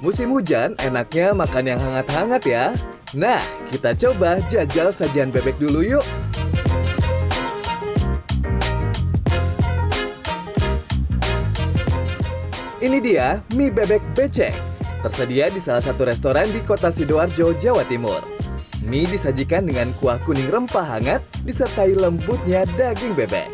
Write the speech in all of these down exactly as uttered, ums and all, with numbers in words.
Musim hujan enaknya makan yang hangat-hangat ya. Nah, kita coba jajal sajian bebek dulu yuk. Ini dia mie bebek becek. Tersedia di salah satu restoran di Kota Sidoarjo, Jawa Timur. Mie disajikan dengan kuah kuning rempah hangat disertai lembutnya daging bebek.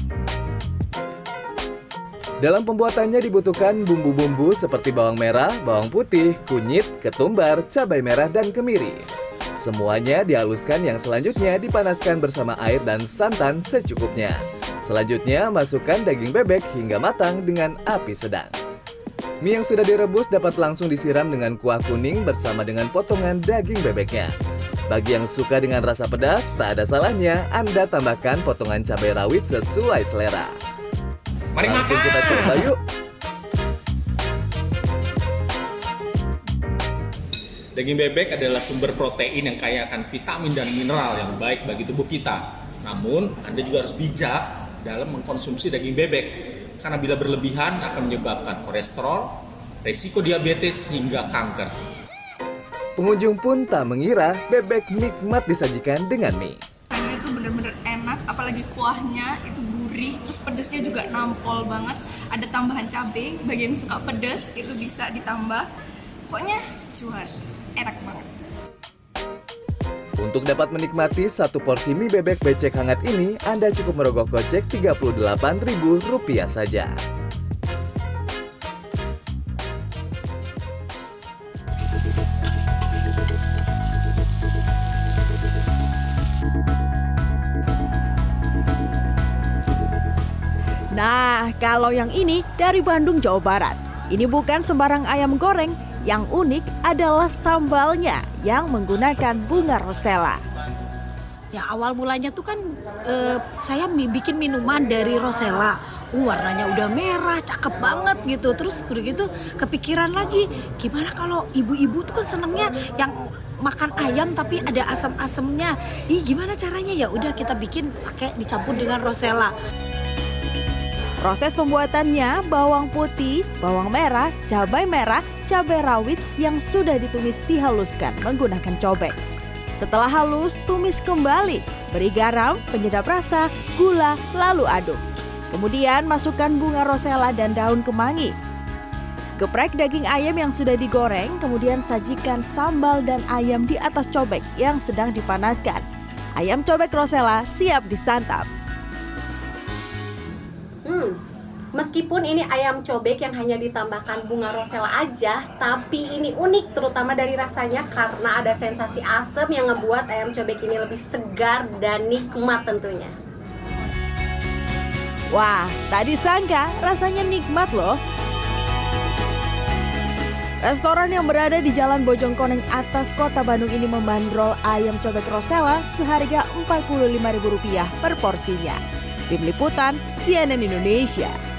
Dalam pembuatannya dibutuhkan bumbu-bumbu seperti bawang merah, bawang putih, kunyit, ketumbar, cabai merah, dan kemiri. Semuanya dihaluskan yang selanjutnya dipanaskan bersama air dan santan secukupnya. Selanjutnya masukkan daging bebek hingga matang dengan api sedang. Mie yang sudah direbus dapat langsung disiram dengan kuah kuning bersama dengan potongan daging bebeknya. Bagi yang suka dengan rasa pedas, tak ada salahnya Anda tambahkan potongan cabai rawit sesuai selera. Mari Langsung makan. kita coba yuk. Daging bebek adalah sumber protein yang kaya akan vitamin dan mineral yang baik bagi tubuh kita. Namun, Anda juga harus bijak dalam mengkonsumsi daging bebek. Karena bila berlebihan akan menyebabkan kolesterol, resiko diabetes, hingga kanker. Pengunjung pun tak mengira bebek nikmat disajikan dengan mie. Ini tuh bener-bener enak, apalagi kuahnya itu gurih, terus pedesnya juga nampol banget. Ada tambahan cabai, bagi yang suka pedes itu bisa ditambah. Pokoknya cuan, enak banget. Untuk dapat menikmati satu porsi mie bebek becek hangat ini, Anda cukup merogoh kocek tiga puluh delapan ribu rupiah saja. Nah, kalau yang ini dari Bandung, Jawa Barat. Ini bukan sembarang ayam goreng. Yang unik adalah sambalnya yang menggunakan bunga rosella. Ya awal mulanya tuh kan eh, saya mi- bikin minuman dari rosella. Uh, warnanya udah merah, cakep banget gitu. Terus udah gitu kepikiran lagi, gimana kalau ibu-ibu tuh kan senengnya yang makan ayam tapi ada asam-asamnya. Ih, gimana caranya? Ya udah kita bikin pakai dicampur dengan rosella. Proses pembuatannya bawang putih, bawang merah, cabai merah, cabai rawit yang sudah ditumis dihaluskan menggunakan cobek. Setelah halus, tumis kembali, beri garam, penyedap rasa, gula, lalu aduk. Kemudian masukkan bunga rosella dan daun kemangi. Geprek daging ayam yang sudah digoreng, kemudian sajikan sambal dan ayam di atas cobek yang sedang dipanaskan. Ayam cobek rosella siap disantap. Hmm, meskipun ini ayam cobek yang hanya ditambahkan bunga rosella aja, tapi ini unik terutama dari rasanya karena ada sensasi asam yang ngebuat ayam cobek ini lebih segar dan nikmat tentunya. Wah, tak disangka rasanya nikmat loh. Restoran yang berada di Jalan Bojongkoneng Atas, Kota Bandung ini membandrol ayam cobek rosella seharga empat puluh lima ribu rupiah per porsinya. Tim Liputan, C N N Indonesia.